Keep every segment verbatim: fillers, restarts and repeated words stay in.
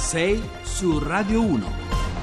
sei su Radio uno.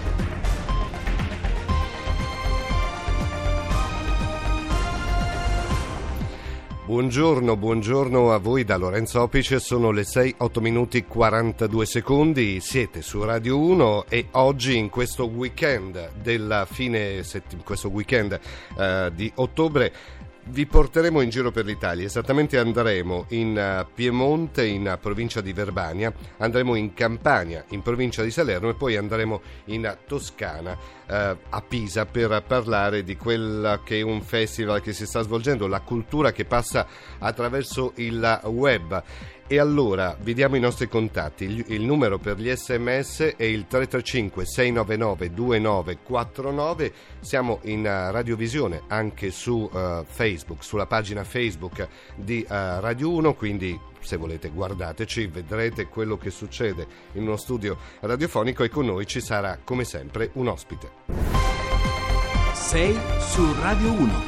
Buongiorno, buongiorno a voi da Lorenzo Opice, sono le sei, otto minuti e quarantadue secondi, siete su Radio uno e oggi in questo weekend della fine, setti- questo weekend uh, di ottobre vi porteremo in giro per l'Italia. Esattamente andremo in uh, Piemonte, in uh, provincia di Verbania, andremo in Campania, in provincia di Salerno e poi andremo in uh, Toscana, uh, a Pisa, per parlare di quella che è un festival che si sta svolgendo, la cultura che passa attraverso il web. E allora vi diamo i nostri contatti, il, il numero per gli sms è il tre tre cinque sei nove nove due nove quattro nove, siamo in uh, radiovisione anche su uh, Facebook, sulla pagina Facebook di uh, Radio uno, quindi se volete guardateci, vedrete quello che succede in uno studio radiofonico e con noi ci sarà come sempre un ospite. sei su Radio uno.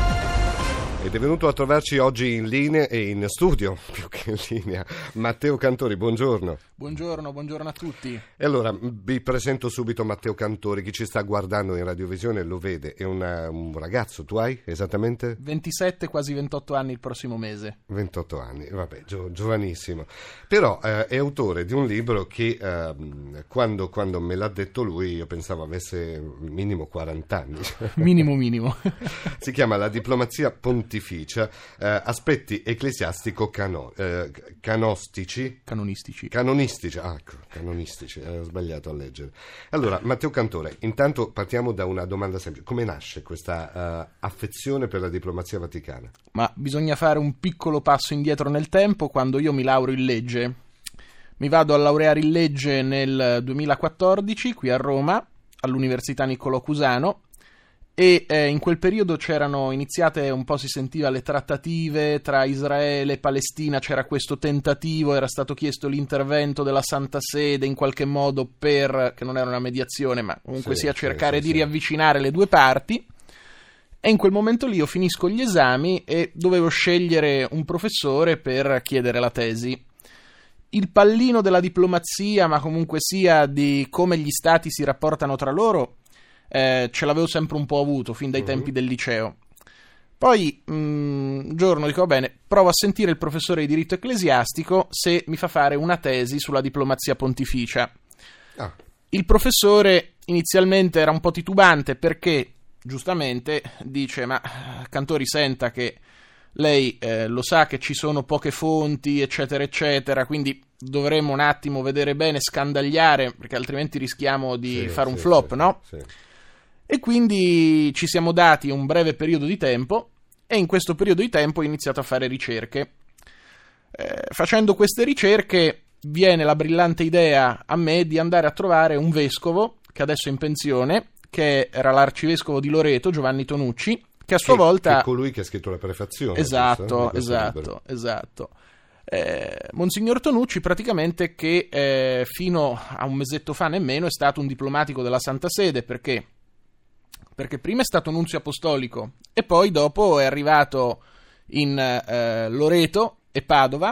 Ed è venuto a trovarci oggi in linea e in studio, più che in linea, Matteo Cantori, buongiorno. Buongiorno, buongiorno a tutti. E allora vi presento subito Matteo Cantori, chi ci sta guardando in radiovisione lo vede, è una, un ragazzo, tu hai esattamente? ventisette, quasi ventotto anni il prossimo mese. ventotto anni, vabbè, gio, giovanissimo. Però eh, è autore di un libro che eh, quando, quando me l'ha detto lui io pensavo avesse minimo quaranta anni. Minimo minimo. Si chiama La diplomazia pontificia, eh, aspetti ecclesiastico cano, eh, canostici. Canonistici. Canonistici, ah, ecco, canonistici, ho sbagliato a leggere. Allora, Matteo Cantore, intanto partiamo da una domanda semplice. Come nasce questa uh, affezione per la diplomazia vaticana? Ma bisogna fare un piccolo passo indietro nel tempo. Quando io mi laureo in legge, mi vado a laureare in legge nel duemilaquattordici qui a Roma, all'Università Niccolò Cusano, e eh, in quel periodo c'erano iniziate, un po' si sentiva, le trattative tra Israele e Palestina, c'era questo tentativo, era stato chiesto l'intervento della Santa Sede in qualche modo per, che non era una mediazione, ma comunque sì, sia sì, cercare sì, di sì. riavvicinare le due parti. E in quel momento lì io finisco gli esami e dovevo scegliere un professore per chiedere la tesi. Il pallino della diplomazia, ma comunque sia di come gli stati si rapportano tra loro, Eh, ce l'avevo sempre un po' avuto fin dai uh-huh. tempi del liceo. Poi mh, un giorno dico va bene, provo a sentire il professore di diritto ecclesiastico se mi fa fare una tesi sulla diplomazia pontificia. Ah. Il professore inizialmente era un po' titubante perché giustamente dice ma Cantori, senta che lei eh, lo sa che ci sono poche fonti eccetera eccetera, quindi dovremmo un attimo vedere bene, scandagliare, perché altrimenti rischiamo di sì, fare un sì, flop, sì, no? Sì. E quindi ci siamo dati un breve periodo di tempo e in questo periodo di tempo ho iniziato a fare ricerche. Eh, facendo queste ricerche viene la brillante idea a me di andare a trovare un vescovo che adesso è in pensione, che era l'arcivescovo di Loreto, Giovanni Tonucci, che a sua che, volta... Che è colui che ha scritto la prefazione. Esatto, giusto? esatto, esatto. Eh, Monsignor Tonucci praticamente che eh, fino a un mesetto fa nemmeno è stato un diplomatico della Santa Sede, perché perché prima è stato nunzio apostolico e poi dopo è arrivato in eh, Loreto e Padova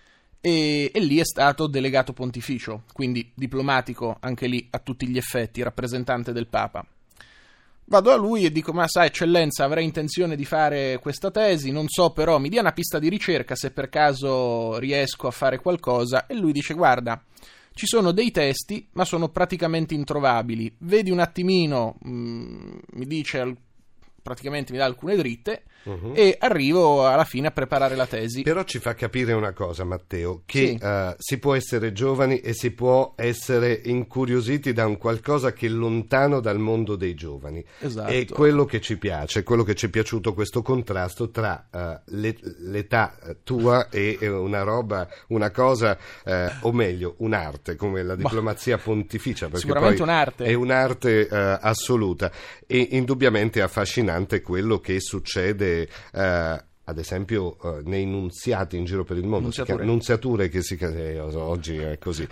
e, e lì è stato delegato pontificio, quindi diplomatico anche lì a tutti gli effetti, rappresentante del Papa. Vado a lui e dico ma sa eccellenza, avrei intenzione di fare questa tesi, non so però, mi dia una pista di ricerca se per caso riesco a fare qualcosa. E lui dice guarda, ci sono dei testi ma sono praticamente introvabili, vedi un attimino, mh, mi dice praticamente mi dà alcune dritte uh-huh. e arrivo alla fine a preparare la tesi. Però ci fa capire una cosa, Matteo, che sì. uh, si può essere giovani e si può essere incuriositi da un qualcosa che è lontano dal mondo dei giovani. Esatto. E quello che ci piace, quello che ci è piaciuto, questo contrasto tra uh, le, l'età tua e una roba, una cosa, uh, o meglio, un'arte come la diplomazia pontificia, perché sicuramente poi un'arte. È un'arte uh, assoluta e indubbiamente affascinante quello che succede uh, ad esempio uh, nei nunziati in giro per il mondo, nunziature, chiama, nunziature che si eh, oggi è così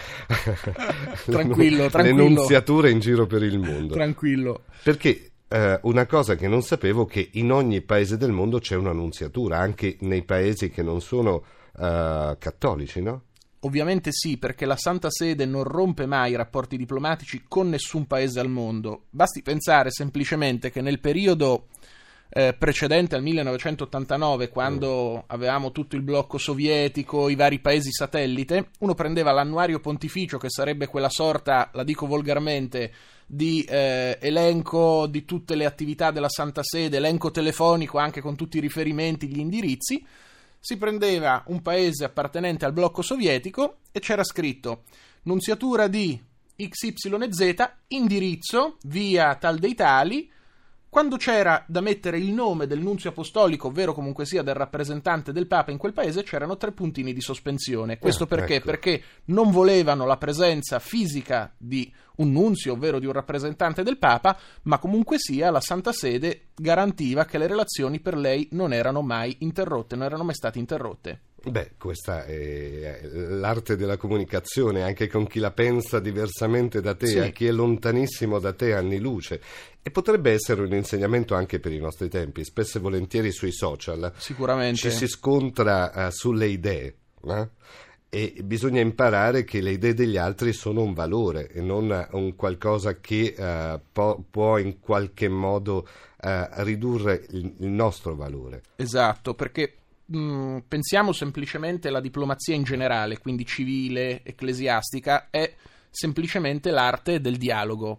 tranquillo, tranquillo, le nunziature in giro per il mondo, tranquillo, perché uh, una cosa che non sapevo, che in ogni paese del mondo c'è una nunziatura, anche nei paesi che non sono uh, cattolici, no? Ovviamente sì, perché la Santa Sede non rompe mai i rapporti diplomatici con nessun paese al mondo. Basti pensare semplicemente che nel periodo eh, precedente al millenovecentottantanove, quando mm. avevamo tutto il blocco sovietico, i vari paesi satellite, uno prendeva l'annuario pontificio, che sarebbe quella sorta, la dico volgarmente, di eh, elenco di tutte le attività della Santa Sede, elenco telefonico anche con tutti i riferimenti, gli indirizzi. Si prendeva un paese appartenente al blocco sovietico e c'era scritto nunziatura di X Y Z, indirizzo via tal dei tali. Quando c'era da mettere il nome del nunzio apostolico, ovvero comunque sia del rappresentante del Papa in quel paese, c'erano tre puntini di sospensione. Questo ah, perché? Ecco. Perché non volevano la presenza fisica di un nunzio, ovvero di un rappresentante del Papa, ma comunque sia la Santa Sede garantiva che le relazioni per lei non erano mai interrotte, non erano mai state interrotte. Beh, questa è l'arte della comunicazione, anche con chi la pensa diversamente da te, sì. A chi è lontanissimo da te anni luce. E potrebbe essere un insegnamento anche per i nostri tempi. Spesso e volentieri sui social sicuramente ci si scontra uh, sulle idee, eh? E bisogna imparare che le idee degli altri sono un valore e non un qualcosa che uh, po- può in qualche modo uh, ridurre il, il nostro valore. Esatto, perché mh, pensiamo semplicemente alla diplomazia in generale, quindi civile, ecclesiastica, è semplicemente l'arte del dialogo.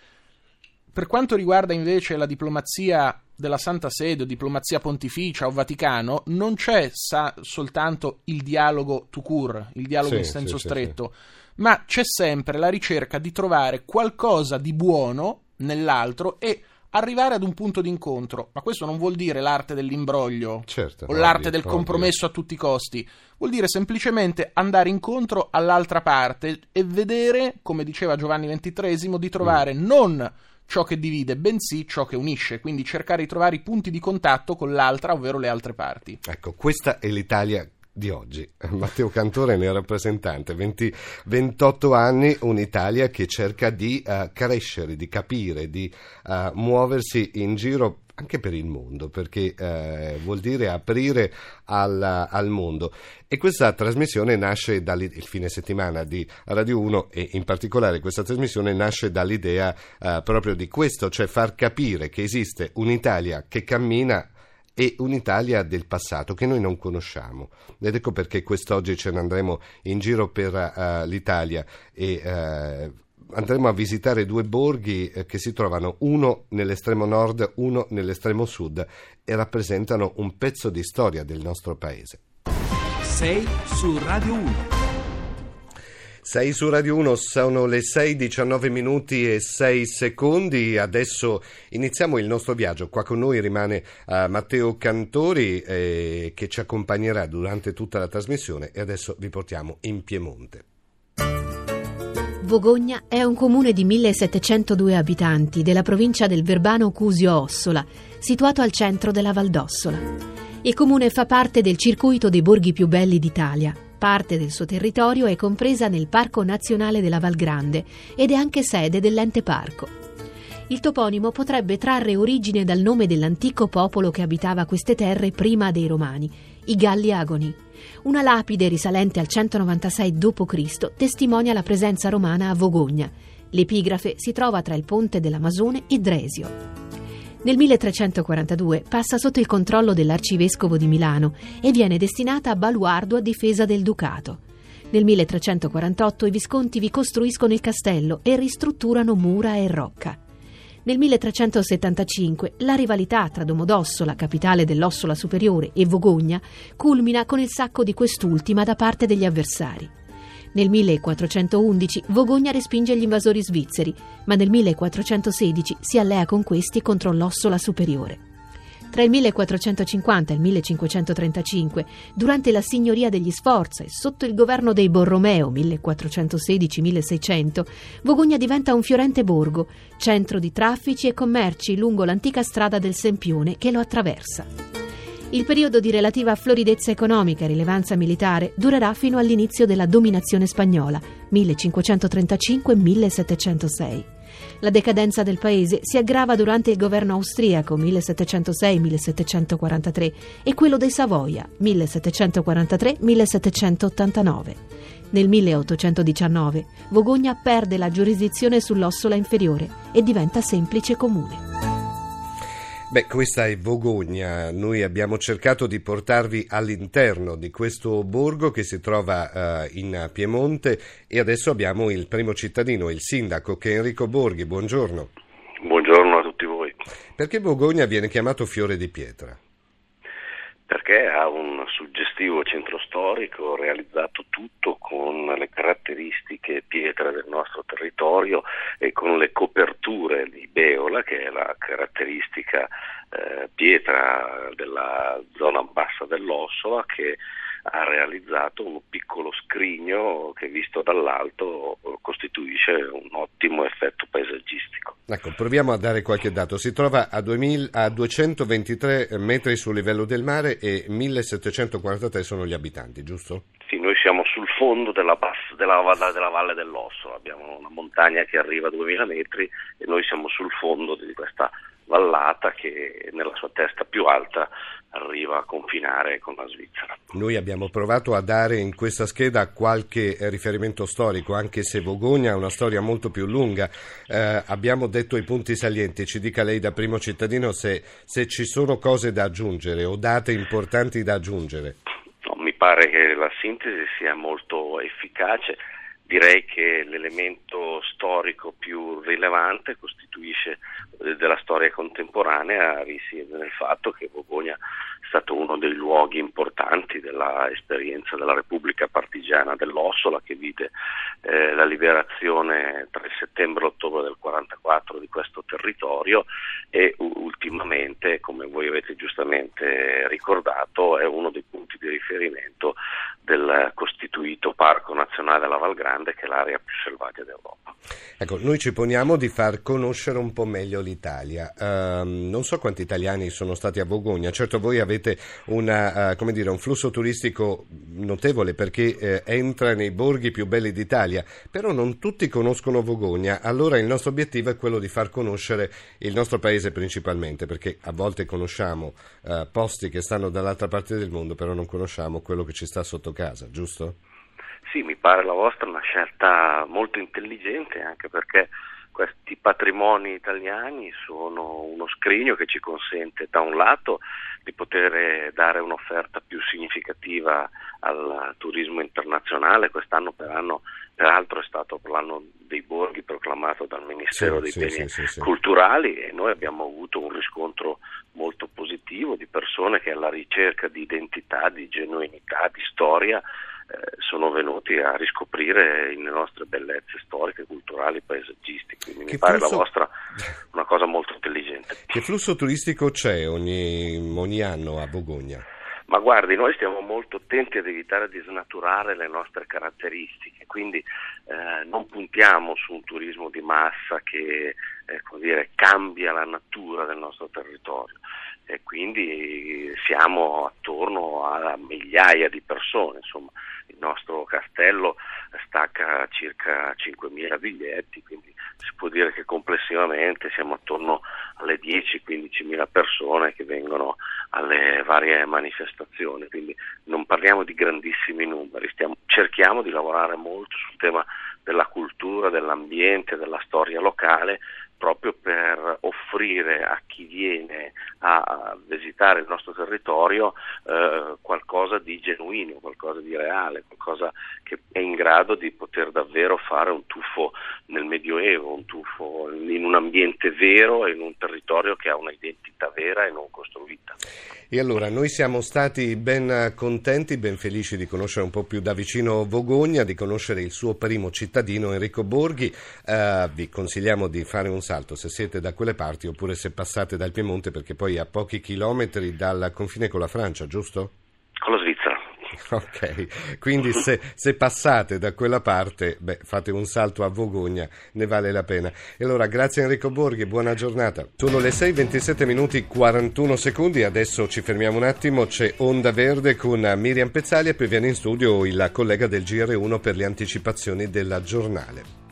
Per quanto riguarda invece la diplomazia della Santa Sede o diplomazia pontificia o Vaticano, non c'è sa- soltanto il dialogo tout court, il dialogo sì, in senso sì, stretto, sì, sì. Ma c'è sempre la ricerca di trovare qualcosa di buono nell'altro e arrivare ad un punto d'incontro. Ma questo non vuol dire l'arte dell'imbroglio, certo, o l'arte ovvio, del compromesso ovvio. A tutti i costi. Vuol dire semplicemente andare incontro all'altra parte e vedere, come diceva Giovanni ventitreesimo, di trovare mm. non ciò che divide, bensì ciò che unisce, quindi cercare di trovare i punti di contatto con l'altra, ovvero le altre parti. Ecco, questa è l'Italia di oggi. Matteo Cantore ne è rappresentante, venti, ventotto anni, un'Italia che cerca di uh, crescere, di capire, di uh, muoversi in giro anche per il mondo, perché eh, vuol dire aprire al, al mondo. E questa trasmissione nasce dal fine settimana di Radio uno e in particolare questa trasmissione nasce dall'idea eh, proprio di questo, cioè far capire che esiste un'Italia che cammina e un'Italia del passato che noi non conosciamo. Ed ecco perché quest'oggi ce ne andremo in giro per uh, l'Italia e uh, andremo a visitare due borghi eh, che si trovano uno nell'estremo nord, uno nell'estremo sud e rappresentano un pezzo di storia del nostro paese. sei su Radio uno. sei su Radio uno, sono le sei, diciannove minuti e sei secondi. Adesso iniziamo il nostro viaggio. Qua con noi rimane uh, Matteo Cantori eh, che ci accompagnerà durante tutta la trasmissione e adesso vi portiamo in Piemonte. Vogogna è un comune di millesettecentodue abitanti della provincia del Verbano Cusio-Ossola, situato al centro della Valdossola. Il comune fa parte del circuito dei borghi più belli d'Italia. Parte del suo territorio è compresa nel Parco Nazionale della Val Grande ed è anche sede dell'ente parco. Il toponimo potrebbe trarre origine dal nome dell'antico popolo che abitava queste terre prima dei Romani, i Galli Agoni. Una lapide risalente al centonovantasei dopo Cristo testimonia la presenza romana a Vogogna. L'epigrafe si trova tra il ponte della Masone e Dresio. Nel milletrecentoquarantadue passa sotto il controllo dell'arcivescovo di Milano e viene destinata a baluardo a difesa del ducato. Nel milletrecentoquarantotto i Visconti vi costruiscono il castello e ristrutturano mura e rocca. Nel milletrecentosettantacinque la rivalità tra Domodossola, capitale dell'Ossola Superiore, e Vogogna culmina con il sacco di quest'ultima da parte degli avversari. Nel millequattrocentoundici Vogogna respinge gli invasori svizzeri, ma nel millequattrocentosedici si allea con questi contro l'Ossola Superiore. Tra il millequattrocentocinquanta e il millecinquecentotrentacinque, durante la signoria degli Sforza e sotto il governo dei Borromeo millequattrocentosedici milleseicento, Vogogna diventa un fiorente borgo, centro di traffici e commerci lungo l'antica strada del Sempione che lo attraversa. Il periodo di relativa floridezza economica e rilevanza militare durerà fino all'inizio della dominazione spagnola, millecinquecentotrentacinque millesettecentosei. La decadenza del paese si aggrava durante il governo austriaco millesettecentosei millesettecentoquarantatré e quello dei Savoia millesettecentoquarantatré millesettecentottantanove. Nel milleottocentodiciannove Vogogna perde la giurisdizione sull'Ossola inferiore e diventa semplice comune. Beh, questa è Vogogna. Noi abbiamo cercato di portarvi all'interno di questo borgo che si trova uh, in Piemonte e adesso abbiamo il primo cittadino, il sindaco, che è Enrico Borghi. Buongiorno. Buongiorno a tutti voi. Perché Vogogna viene chiamato Fiore di Pietra? Perché ha un suggestivo centro storico realizzato tutto con le caratteristiche pietre del nostro territorio e con le coperture di Beola, che è la caratteristica eh, pietra della zona bassa dell'Ossola, che ha realizzato un piccolo scrigno che visto dall'alto costituisce un ottimo effetto paesaggistico. Ecco, proviamo a dare qualche dato. Si trova a, duemila, a duecentoventitré metri sul livello del mare e millesettecentoquarantatré sono gli abitanti, giusto? Sì, noi siamo sul fondo della, bassa, della, della valle dell'Ossola, abbiamo una montagna che arriva a duemila metri e noi siamo sul fondo di questa vallata che nella sua testa più alta arriva a confinare con la Svizzera. Noi abbiamo provato a dare in questa scheda qualche riferimento storico, anche se Vogogna ha una storia molto più lunga. Eh, abbiamo detto i punti salienti, ci dica lei da primo cittadino se, se ci sono cose da aggiungere o date importanti da aggiungere. No, mi pare che la sintesi sia molto efficace. Direi che l'elemento storico più rilevante costituisce della storia contemporanea risiede nel fatto che Vogogna è stato uno dei luoghi importanti della esperienza della Repubblica Partigiana dell'Ossola, che vide eh, la liberazione tra il settembre e l'ottobre del quarantaquattro di questo territorio e ultimamente, come voi avete giustamente ricordato, è uno dei punti di riferimento del costituito Parco Nazionale della Val Grande, che è l'area più selvaggia d'Europa. Ecco, noi ci poniamo di far conoscere un po' meglio l'Italia. Uh, non so quanti italiani sono stati a Vogogna. Certo, voi avete una, uh, come dire, un flusso turistico notevole perché uh, entra nei borghi più belli d'Italia, però non tutti conoscono Vogogna. Allora il nostro obiettivo è quello di far conoscere il nostro paese principalmente, perché a volte conosciamo uh, posti che stanno dall'altra parte del mondo, però non conosciamo quello che ci sta sotto casa, giusto? Sì, mi pare la vostra una scelta molto intelligente, anche perché questi patrimoni italiani sono uno scrigno che ci consente da un lato di poter dare un'offerta più significativa al turismo internazionale. Quest'anno per anno, peraltro, è stato per l'anno dei borghi proclamato dal Ministero sì, dei sì, Beni sì, sì, Culturali e noi abbiamo avuto un riscontro molto positivo di persone che alla ricerca di identità, di genuinità, di storia Eh, sono venuti a riscoprire le nostre bellezze storiche, culturali, paesaggistiche. Quindi che mi pare flusso... la vostra una cosa molto intelligente. Che flusso turistico c'è ogni, ogni anno a Vogogna? Ma guardi, noi stiamo molto attenti ad evitare di snaturare le nostre caratteristiche, quindi eh, non puntiamo su un turismo di massa che eh, come dire, cambia la natura del nostro territorio. E quindi siamo attorno a migliaia di persone, insomma il nostro castello stacca circa cinquemila biglietti, quindi si può dire che complessivamente siamo attorno alle dieci quindicimila persone che vengono alle varie manifestazioni, quindi non parliamo di grandissimi numeri, stiamo, cerchiamo di lavorare molto sul tema della cultura, dell'ambiente, della storia locale, proprio per offrire a chi viene a visitare il nostro territorio eh, qualcosa di genuino, qualcosa di reale, qualcosa che è in grado di poter davvero fare un tuffo nel Medioevo, un tuffo in un ambiente vero e in un territorio che ha un'identità vera e non costruita. E allora noi siamo stati ben contenti, ben felici di conoscere un po' più da vicino Vogogna, di conoscere il suo primo cittadino Enrico Borghi. Eh, vi consigliamo di fare un salto se siete da quelle parti oppure se passate dal Piemonte, perché poi a pochi chilometri dal confine con la Francia, giusto? Con la Svizzera. Ok, quindi se, se passate da quella parte, beh, fate un salto a Vogogna, ne vale la pena. E allora grazie Enrico Borghi, buona giornata. Sono le sei e ventisette minuti quarantuno secondi, adesso ci fermiamo un attimo, c'è Onda Verde con Miriam Pezzali e poi viene in studio il collega del G R uno per le anticipazioni della giornale.